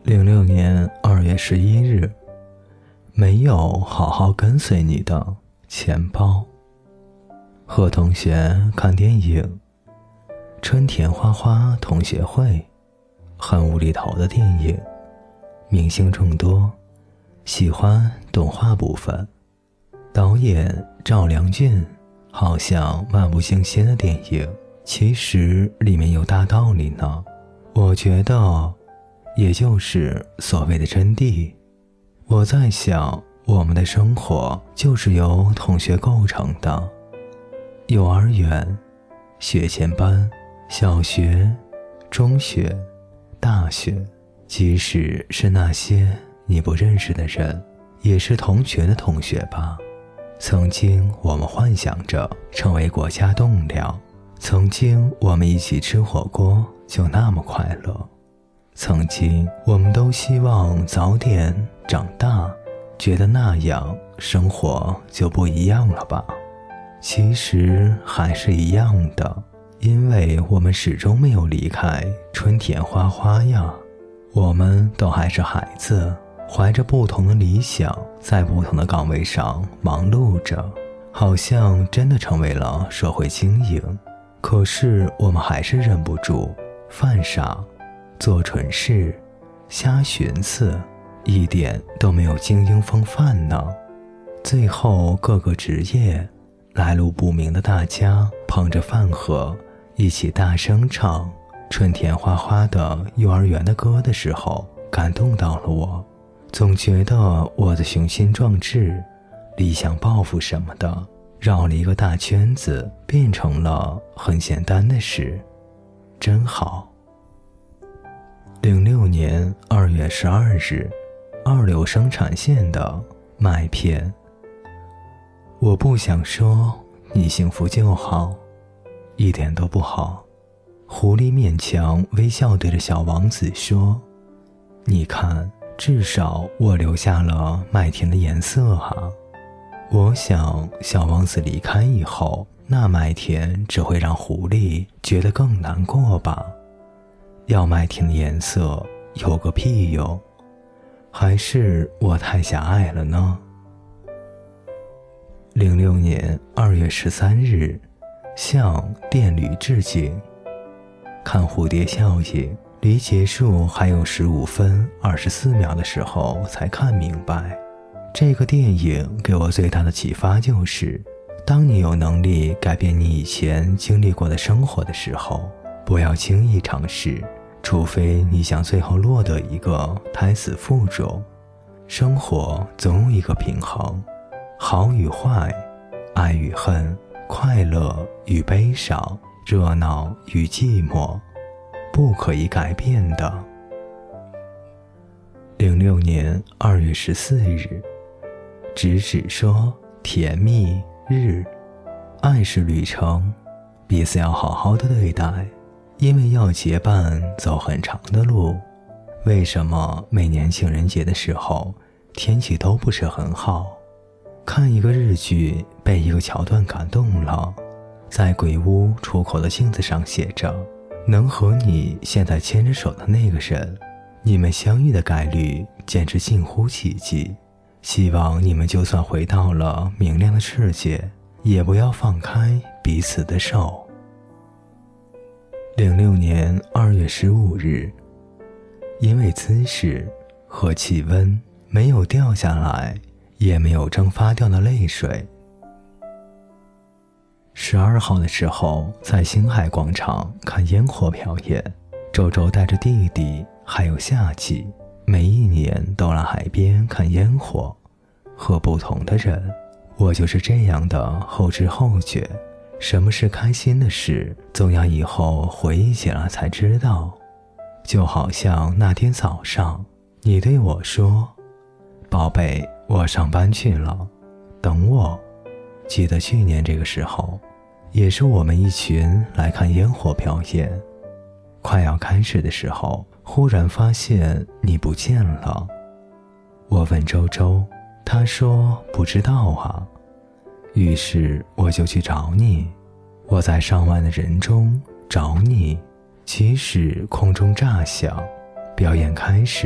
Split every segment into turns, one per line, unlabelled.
06年2月11日，没有好好跟随你的钱包。和同学看电影，春田花花同学会，很无厘头的电影，明星众多，喜欢动画部分，导演赵良俊，好像漫不经心的电影，其实里面有大道理呢。我觉得也就是所谓的真谛。我在想，我们的生活就是由同学构成的，幼儿园、学前班、小学、中学、大学，即使是那些你不认识的人，也是同学的同学吧。曾经我们幻想着成为国家栋梁，曾经我们一起吃火锅就那么快乐，曾经我们都希望早点长大，觉得那样生活就不一样了吧。其实还是一样的，因为我们始终没有离开春田花花呀。我们都还是孩子，怀着不同的理想，在不同的岗位上忙碌着，好像真的成为了社会精英。可是我们还是忍不住犯傻，做蠢事，瞎寻思，一点都没有精英风范呢。最后各个职业来路不明的大家捧着饭盒，一起大声唱春田花花的幼儿园的歌的时候，感动到了我。总觉得我的雄心壮志、理想抱负什么的，绕了一个大圈子，变成了很简单的事，真好。06年2月12日，26生产线的麦片。我不想说你幸福就好，一点都不好。狐狸勉强微笑对着小王子说，你看，至少我留下了麦田的颜色啊。我想小王子离开以后，那麦田只会让狐狸觉得更难过吧。要麦田的颜色有个屁用，还是我太狭隘了呢。06年2月13日，向电驴致敬。看蝴蝶效应，离结束还有15分24秒的时候才看明白。这个电影给我最大的启发就是，当你有能力改变你以前经历过的生活的时候，不要轻易尝试，除非你想最后落得一个胎死腹中。生活总有一个平衡，好与坏，爱与恨，快乐与悲伤，热闹与寂寞，不可以改变的。06年2月14日，直说甜蜜日，爱是旅程，彼此要好好的对待，因为要结伴走很长的路。为什么每年情人节的时候天气都不是很好？看一个日剧，被一个桥段感动了，在鬼屋出口的镜子上写着，能和你现在牵着手的那个人，你们相遇的概率简直近乎奇迹。希望你们就算回到了明亮的世界，也不要放开彼此的手。06年2月15日，因为姿势和气温，没有掉下来，也没有蒸发掉的泪水。12号的时候，在星海广场看烟火表演，周周带着弟弟还有夏季，每一年都来海边看烟火，和不同的人。我就是这样的后知后觉，什么是开心的事，总要以后回忆起来才知道。就好像那天早上，你对我说，宝贝，我上班去了，等我。记得去年这个时候，也是我们一群来看烟火表演，快要开始的时候，忽然发现你不见了。我问周周，他说不知道啊。于是我就去找你，我在上万的人中找你。其实空中炸响，表演开始，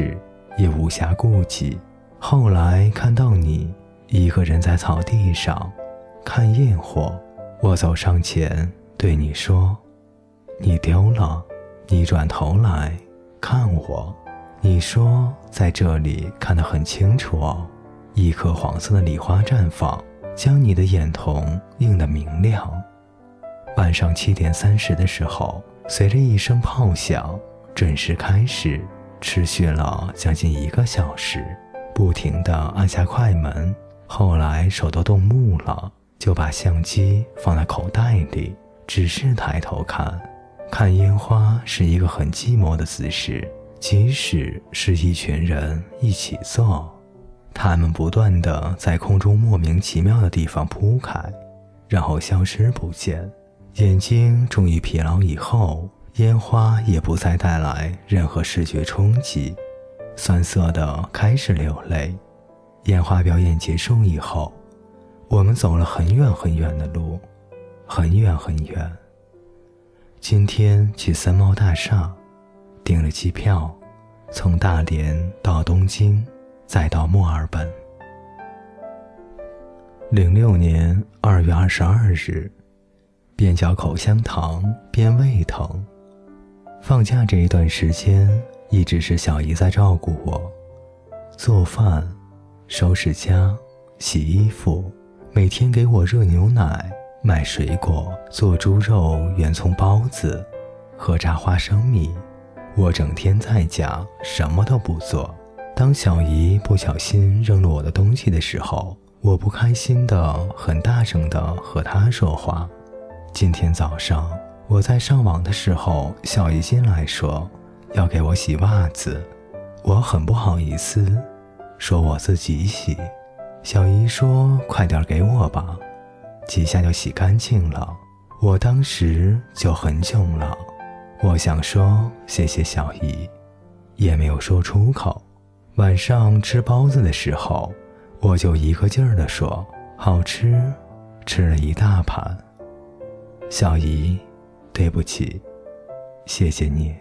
也无暇顾及。后来看到你一个人在草地上看焰火，我走上前对你说，你丢了。你转头来看我，你说在这里看得很清楚哦，一颗黄色的梨花绽放，将你的眼瞳映得明亮。晚上7点30的时候，随着一声炮响，准时开始，持续了将近1个小时，不停地按下快门。后来手都冻木了，就把相机放在口袋里，只是抬头看。看烟花是一个很寂寞的姿势，即使是一群人一起做，他们不断地在空中莫名其妙的地方铺开，然后消失不见。眼睛终于疲劳以后，烟花也不再带来任何视觉冲击，酸涩的开始流泪。烟花表演结束以后，我们走了很远很远的路，很远很远。今天去三茂大厦，订了机票，从大连到东京，再到墨尔本。06年2月22日，边嚼口香糖边胃疼。放假这一段时间，一直是小姨在照顾我，做饭、收拾家、洗衣服，每天给我热牛奶，买水果，做猪肉圆葱包子和炸花生米。我整天在家什么都不做。当小姨不小心扔了我的东西的时候，我不开心的很大声的和她说话。今天早上我在上网的时候，小姨进来说要给我洗袜子，我很不好意思，说我自己洗。小姨说快点给我吧，几下就洗干净了。我当时就很囧了，我想说谢谢小姨，也没有说出口。晚上吃包子的时候，我就一个劲儿地说好吃，吃了一大盘。小姨，对不起，谢谢你。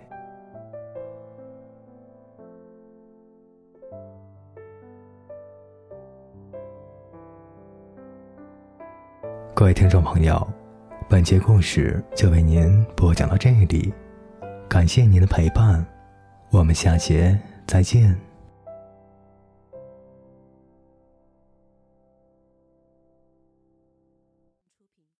各位听众朋友，本节故事就为您播讲到这里，感谢您的陪伴，我们下节再见。